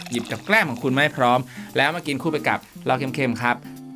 หยิบกับแกล้มของคุณไม่พร้อมแล้วมากินคู่ไปกับเราเค็มๆครับ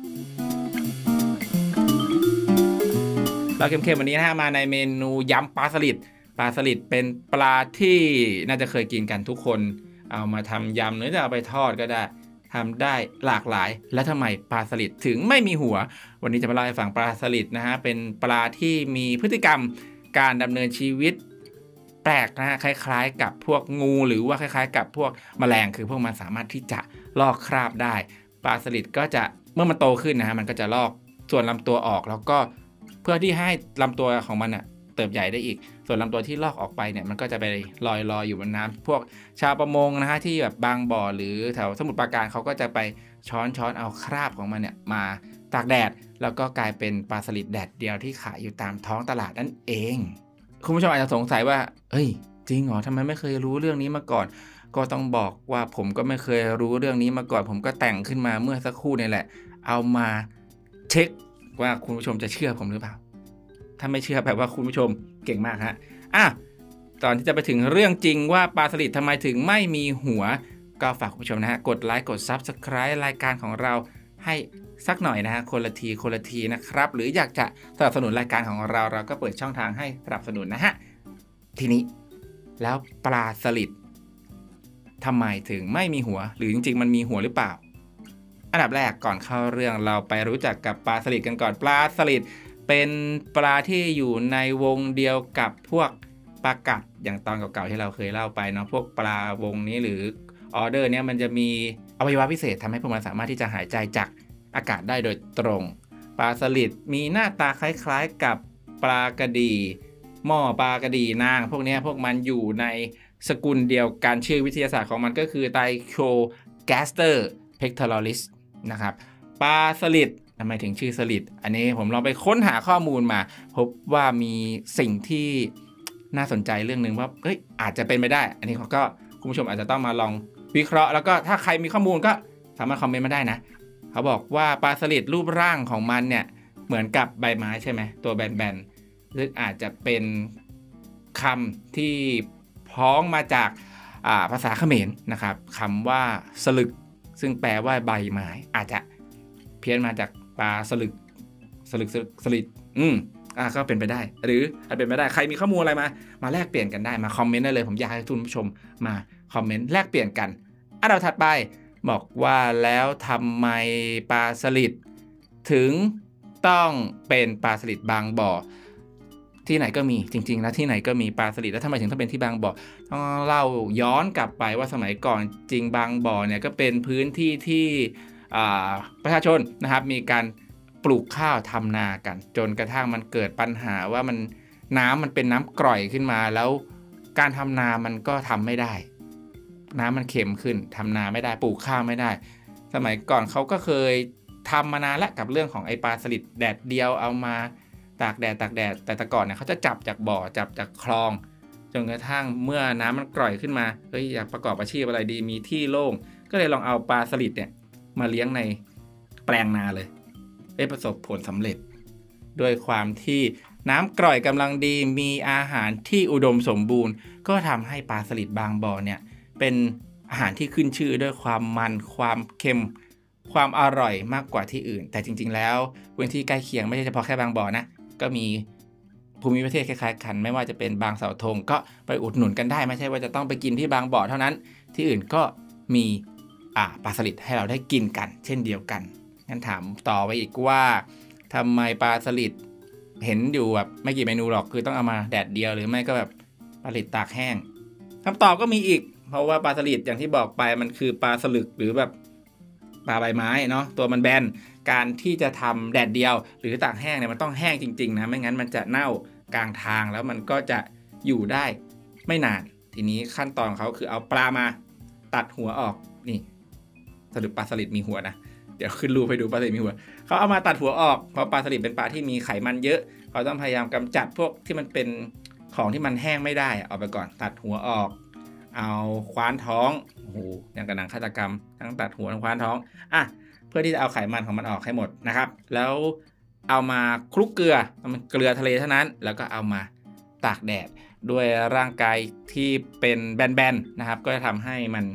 เราเค็มๆวันนี้นะฮะมาในเมนูยำปลาสลิดเป็นปลาที่น่าจะเคยกินกันทุกคนเอามาทำยำหรือจะเอาไปทอดก็ได้ทำได้หลากหลายและทำไมปลาสลิดถึงไม่มีหัววันนี้จะมาเล่าให้ฟังปลาสลิดนะฮะเป็นปลาที่มีพฤติกรรมการดำเนินชีวิตแปลกนะฮะคล้ายๆกับพวกงูหรือว่าคล้ายๆกับพวกแมลงคือพวกมันสามารถที่จะลอกคราบได้ปลาสลิดก็จะเมื่อมันโตขึ้นนะฮะมันก็จะลอกส่วนลำตัวออกแล้วก็เพื่อที่ให้ลำตัวของมันเติบใหญ่ได้อีกส่วนลำตัวที่ลอกออกไปเนี่ยมันก็จะไปลอยอยู่บนน้ำพวกชาวประมงนะฮะที่แบบบางบ่อหรือแถวสมุทรปราการเขาก็จะไปช้อนเอาคราบของมันเนี่ยมาตากแดดแล้วก็กลายเป็นปลาสลิดแดดเดียวที่ขายอยู่ตามท้องตลาดนั่นเองคุณผู้ชมอาจจะสงสัยว่าเอ้ยจริงเหรอทำไมไม่เคยรู้เรื่องนี้มาก่อนก็ต้องบอกว่าผมก็ไม่เคยรู้เรื่องนี้มาก่อนผมก็แต่งขึ้นมาเมื่อสักครู่นี่แหละเอามาเช็คว่าคุณผู้ชมจะเชื่อผมหรือเปล่าถ้าไม่เชื่อแปลว่าคุณผู้ชมเก่งมากฮะตอนที่จะไปถึงเรื่องจริงว่าปลาสลิดทำไมถึงไม่มีหัวก็ฝากคุณผู้ชมนะฮะกดไลค์กด Subscribe รายการของเราให้สักหน่อยนะฮะคนละทีนะครับหรืออยากจะสนับสนุนรายการของเราก็เปิดช่องทางให้สนับสนุนนะฮะทีนี้แล้วปลาสลิดทำไมถึงไม่มีหัวหรือจริงๆมันมีหัวหรือเปล่าอันดับแรกก่อนเข้าเรื่องเราไปรู้จักกับปลาสลิดกันก่อนปลาสลิดเป็นปลาที่อยู่ในวงเดียวกับพวกปลากัดอย่างตอนเก่าๆที่เราเคยเล่าไปเนาะพวกปลาวงนี้หรือออเดอร์เนี้ยมันจะมีอวัยวะพิเศษทำให้พวกมันสามารถที่จะหายใจจากอากาศได้โดยตรงปลาสลิดมีหน้าตาคล้ายๆกับปลากระดีหม้อปลากระดีนางพวกมันอยู่ในสกุลเดียวกันชื่อวิทยาศาสตร์ของมันก็คือไตโคแกสเตอร์เพกทอลอริสนะครับปลาสลิดทำไมถึงชื่อสลิดอันนี้ผมลองไปค้นหาข้อมูลมาพบว่ามีสิ่งที่น่าสนใจเรื่องนึงว่าอาจจะเป็นไปได้อันนี้ก็คุณผู้ชมอาจจะต้องมาลองวิเคราะห์แล้วก็ถ้าใครมีข้อมูลก็สามารถคอมเมนต์มาได้นะเขาบอกว่าปลาสลิดรูปร่างของมันเนี่ยเหมือนกับใบไม้ใช่ไหมตัวแบนๆหรืออาจจะเป็นคำที่พ้องมาจากภาษาเขมรนะครับคำว่าสลึกซึ่งแปลว่าใบไม้อาจจะเพี้ยนมาจากปลาสลิดก็เป็นไปได้หรืออาจเป็นไปได้ใครมีข้อมูลอะไรมาแลกเปลี่ยนกันได้มาคอมเมนต์ได้เลยผมอยากให้ทุกผู้ชมมาคอมเมนต์แลกเปลี่ยนกันเราถัดไปบอกว่าแล้วทำไมปลาสลิดถึงต้องเป็นปลาสลิดบางบ่อที่ไหนก็มีจริงๆแล้วที่ไหนก็มีปลาสลิดแล้วทำไมถึงต้องเป็นที่บางบ่อต้องเล่าย้อนกลับไปว่าสมัยก่อนจริงบางบ่อเนี่ยก็เป็นพื้นที่ที่ประชาชนนะครับมีการปลูกข้าวทำนากันจนกระทั่งมันเกิดปัญหาว่าน้ำมันเป็นน้ำกร่อยขึ้นมาแล้วการทำนามันก็ทำไม่ได้น้ำมันเค็มขึ้นทำนาไม่ได้ปลูกข้าวไม่ได้สมัยก่อนเขาก็เคยทำมานานแล้วกับเรื่องของไอปลาสลิดแดดเดียวเอามาตากแดดแต่ก่อนเนี่ยเขาจะจับจากบ่อจับจากคลองจนกระทั่งเมื่อน้ำมันกร่อยขึ้นมาอยากประกอบอาชีพอะไรดีมีที่โล่งก็เลยลองเอาปลาสลิดเนี่ยมาเลี้ยงในแปลงนาเลยประสบผลสำเร็จด้วยความที่น้ำกร่อยกำลังดีมีอาหารที่อุดมสมบูรณ์ก็ทำให้ปลาสลิดบางบ่อเนี่ยเป็นอาหารที่ขึ้นชื่อด้วยความมันความเค็มความอร่อยมากกว่าที่อื่นแต่จริงๆแล้วพื้นที่ใกล้เคียงไม่ใช่เฉพาะแค่บางบ่อนะก็มีภูมิประเทศคล้ายๆกันไม่ว่าจะเป็นบางเสาธงก็ไปอุดหนุนกันได้ไม่ใช่ว่าจะต้องไปกินที่บางบ่อเท่านั้นที่อื่นก็มีปลาสลิดให้เราได้กินกันเช่นเดียวกันงั้นถามต่อไปอีกว่าทำไมปลาสลิดเห็นอยู่แบบไม่กี่เมนูหรอกคือต้องเอามาแดดเดียวหรือไม่ก็แบบปลาสลิดตากแห้งคำตอบก็มีอีกเพราะว่าปลาสลิดอย่างที่บอกไปมันคือปลาสลึกหรือแบบปลาใบไม้เนาะตัวมันแบนการที่จะทำแดดเดียวหรือตากแห้งเนี่ยมันต้องแห้งจริงๆนะไม่งั้นมันจะเน่ากลางทางแล้วมันก็จะอยู่ได้ไม่นานทีนี้ขั้นตอนเขาคือเอาปลามาตัดหัวออกนี่สรุปปลาสลิดมีหัวนะเดี๋ยวขึ้นรูปให้ดูปลาสลิดมีหัวเขาเอามาตัดหัวออกเพราะปลาสลิดเป็นปลาที่มีไขมันเยอะเขาต้องพยายามกำจัดพวกที่มันเป็นของที่มันแห้งไม่ได้เอาไปก่อนตัดหัวออกเอาคว้านท้องโอ้โหอย่างกับหนังฆาตกรรมทั้งตัดหัวทั้งคว้านท้องเพื่อที่จะเอาไขมันของมันออกให้หมดนะครับแล้วเอามาคลุกเกลือมันเกลือทะเลเท่านั้นแล้วก็เอามาตากแดดด้วยร่างกายที่เป็นแบนๆนะครับก็จะทำให้มัน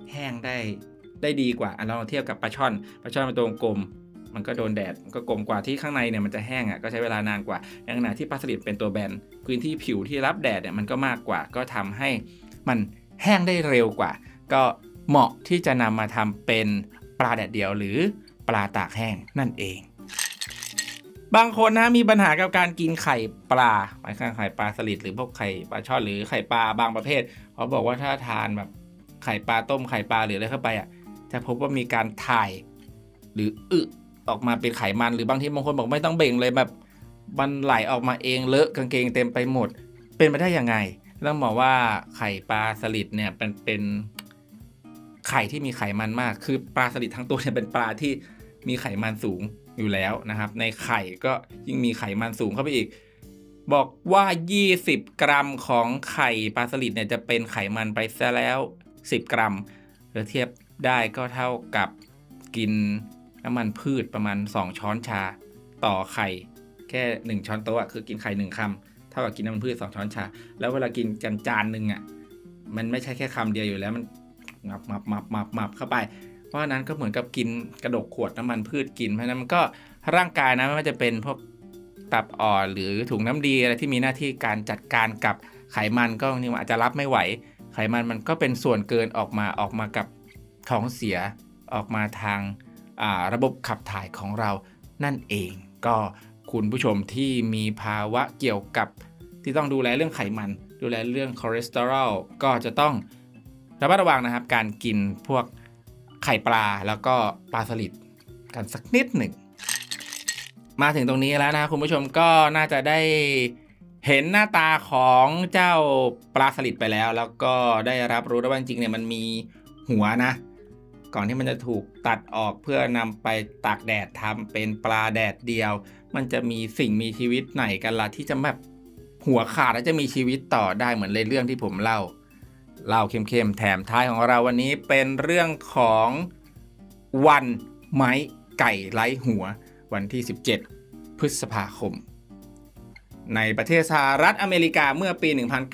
แห้งได้ดีกว่าเราเทียบกับปลาช่อนมันตัวกลมมันก็โดนแดดมันก็กลมกว่าที่ข้างในเนี่ยมันจะแห้งก็ใช้เวลานานกว่าในขณะที่ปลาสลิดเป็นตัวแบนพื้นที่ผิวที่รับแดดเนี่ยมันก็มากกว่าก็ทำให้มันแห้งได้เร็วกว่าก็เหมาะที่จะนำมาทำเป็นปลาแดดเดียวหรือปลาตากแห้งนั่นเองบางคนนะมีปัญหากับการกินไข่ปลาไข่ปลาสลิดหรือพวกไข่ปลาช่อนหรือไข่ปลาบางประเภทเขาบอกว่าถ้าทานแบบไข่ปลาต้มไข่ปลาหรืออะไรเข้าไปจะพบว่ามีการถ่ายหรือออกมาเป็นไขมันหรือบางทีบางคนบอกไม่ต้องเบ่งเลยแบบมันไหลออกมาเองเลอะกางเกงเต็มไปหมดเป็นไปได้ยังไงต้องบอกว่าไข่ปลาสลิดเนี่ยเป็นไข่ที่มีไขมันมากคือปลาสลิดทั้งตัวเนี่ยเป็นปลาที่มีไขมันสูงอยู่แล้วนะครับในไข่ก็ยิ่งมีไขมันสูงเข้าไปอีกบอกว่า20 กรัมของไข่ปลาสลิดเนี่ยจะเป็นไขมันไปซะแล้ว10 กรัมหรือเทียบได้ก็เท่ากับกินน้ำมันพืชประมาณ2 ช้อนชาต่อไข่แค่1 ช้อนโต๊ะคือกินไข่1 คำเท่ากับกินน้ำมันพืช2 ช้อนชาแล้วเวลากินกันจานนึงมันไม่ใช่แค่คำเดียวอยู่แล้วมันมับเข้าไปเพราะนั้นก็เหมือนกับกินกระดกขวดน้ำมันพืชกินเพราะนั้นมันก็ร่างกายนะไม่ว่าจะเป็นพวกตับอ่อนหรือถุงน้ำดีอะไรที่มีหน้าที่การจัดการกับไขมันก็บางทีอาจจะรับไม่ไหวไขมันมันก็เป็นส่วนเกินออกมากับท้องเสียออกมาทางระบบขับถ่ายของเรานั่นเองก็คุณผู้ชมที่มีภาวะเกี่ยวกับที่ต้องดูแลเรื่องไขมันดูแลเรื่องคอเลสเตอรอลก็จะต้องระมัดระวังนะครับการกินพวกไข่ปลาแล้วก็ปลาสลิดกันสักนิดหนึ่งมาถึงตรงนี้แล้วนะคุณผู้ชมก็น่าจะได้เห็นหน้าตาของเจ้าปลาสลิดไปแล้วก็ได้รับรู้ว่าจริงๆเนี่ยมันมีหัวนะก่อนที่มันจะถูกตัดออกเพื่อนำไปตากแดดทำเป็นปลาแดดเดียวมันจะมีสิ่งมีชีวิตไหนกันล่ะที่จะแบบหัวขาดแล้วจะมีชีวิตต่อได้เหมือนในเรื่องที่ผมเล่าเข้มๆแถมท้ายของเราวันนี้เป็นเรื่องของวันไม้ไก่ไร้หัววันที่17 พฤษภาคมในประเทศสหรัฐอเมริกาเมื่อปี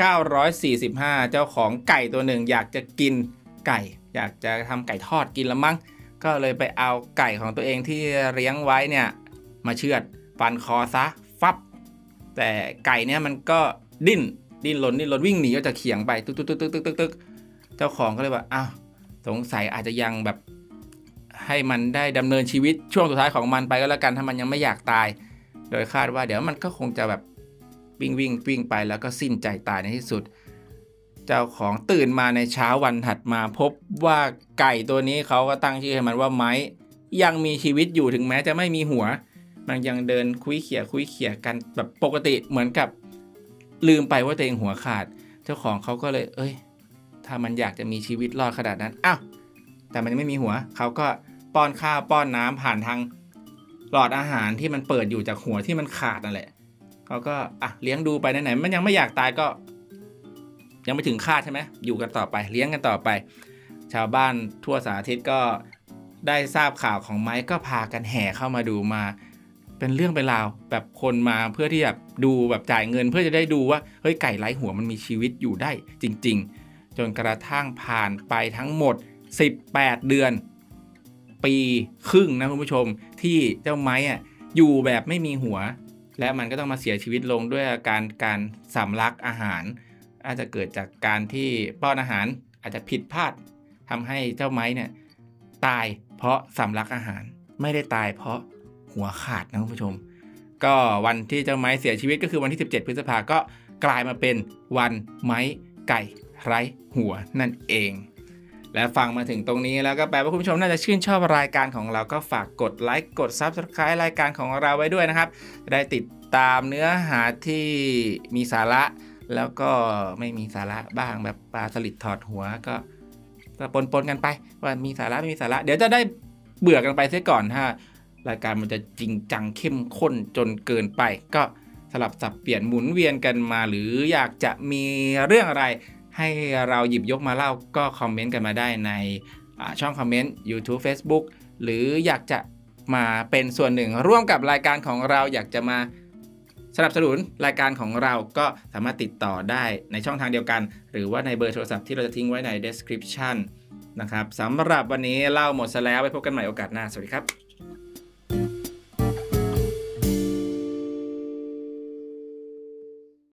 1945 เจ้าของไก่ตัวหนึ่งอยากจะกินไก่อยากจะทำไก่ทอดกินละมั้งก็เลยไปเอาไก่ของตัวเองที่เลี้ยงไว้เนี่ยมาเชือดฟันคอซะฟับแต่ไก่เนี่ยมันก็ดิ้นรนวิ่งหนีออกจากเขียงไปตึกเจ้าของก็เลยว่าอ้าวสงสัยอาจจะยังแบบให้มันได้ดำเนินชีวิตช่วงสุดท้ายของมันไปก็แล้วกันถ้ามันยังไม่อยากตายโดยคาดว่าเดี๋ยวมันก็คงจะแบบวิ่งไปแล้วก็สิ้นใจตายในที่สุดเจ้าของตื่นมาในเช้าวันถัดมาพบว่าไก่ตัวนี้เขาก็ตั้งชื่อให้มันว่าไม้ยังมีชีวิตอยู่ถึงแม้จะไม่มีหัวมันยังเดินคุยเขี่ยกันแบบปกติเหมือนกับลืมไปว่าตัวเองหัวขาดเจ้าของเขาก็เลยถ้ามันอยากจะมีชีวิตรอดขนาดนั้นอ้าวแต่มันไม่มีหัวเขาก็ป้อนข้าวป้อนน้ำผ่านทางหลอดอาหารที่มันเปิดอยู่จากหัวที่มันขาดนั่นแหละเขาก็เลี้ยงดูไปไหนๆมันยังไม่อยากตายก็ยังไม่ถึงคาดใช่ไหมอยู่กันต่อไปเลี้ยงกันต่อไปชาวบ้านทั่วสารทิศก็ได้ทราบข่าวของไม้ก็พากันแห่เข้ามาดูมาเป็นเรื่องเป็นราวแบบคนมาเพื่อที่จะดูแบบจ่ายเงินเพื่อจะได้ดูว่าเฮ้ยไก่ไร้หัวมันมีชีวิตอยู่ได้จริงๆจนกระทั่งผ่านไปทั้งหมด18 เดือนปีครึ่งนะคุณผู้ชมที่เจ้าไม้อยู่แบบไม่มีหัวและมันก็ต้องมาเสียชีวิตลงด้วยอาการสำลักอาหารอาจจะเกิดจากการที่ป้อนอาหารอาจจะผิดพลาดทำให้เจ้าไม้เนี่ยตายเพราะสำลักอาหารไม่ได้ตายเพราะหัวขาดนะคุณผู้ชมก็วันที่เจ้าไม้เสียชีวิตก็คือวันที่17 พฤษภาคมก็กลายมาเป็นวันไม้ไก่ไร้หัวนั่นเองและฟังมาถึงตรงนี้แล้วก็แปลว่าคุณผู้ชมน่าจะชื่นชอบรายการของเราก็ฝากกดไลค์กด Subscribe รายการของเราไว้ด้วยนะครับจะได้ติดตามเนื้อหาที่มีสาระแล้วก็ไม่มีสาระบ้างแบบปลาสลิดถอดหัวก็ปนกันไปว่ามีสาระไม่มีสาระเดี๋ยวจะได้เบื่อกันไปเสียก่อนถ้ารายการมันจะจริงจังเข้มข้นจนเกินไปก็สลับสับเปลี่ยนหมุนเวียนกันมาหรืออยากจะมีเรื่องอะไรให้เราหยิบยกมาเล่าก็คอมเมนต์กันมาได้ในช่องคอมเมนต์ YouTube Facebook หรืออยากจะมาเป็นส่วนหนึ่งร่วมกับรายการของเราอยากจะมาสนับสนุนรายการของเราก็สามารถติดต่อได้ในช่องทางเดียวกันหรือว่าในเบอร์โทรศัพท์ที่เราจะทิ้งไว้ใน description นะครับสำหรับวันนี้เล่าหมดซะแล้วไว้พบกันใหม่โอกาสหน้าสวัสดีครับ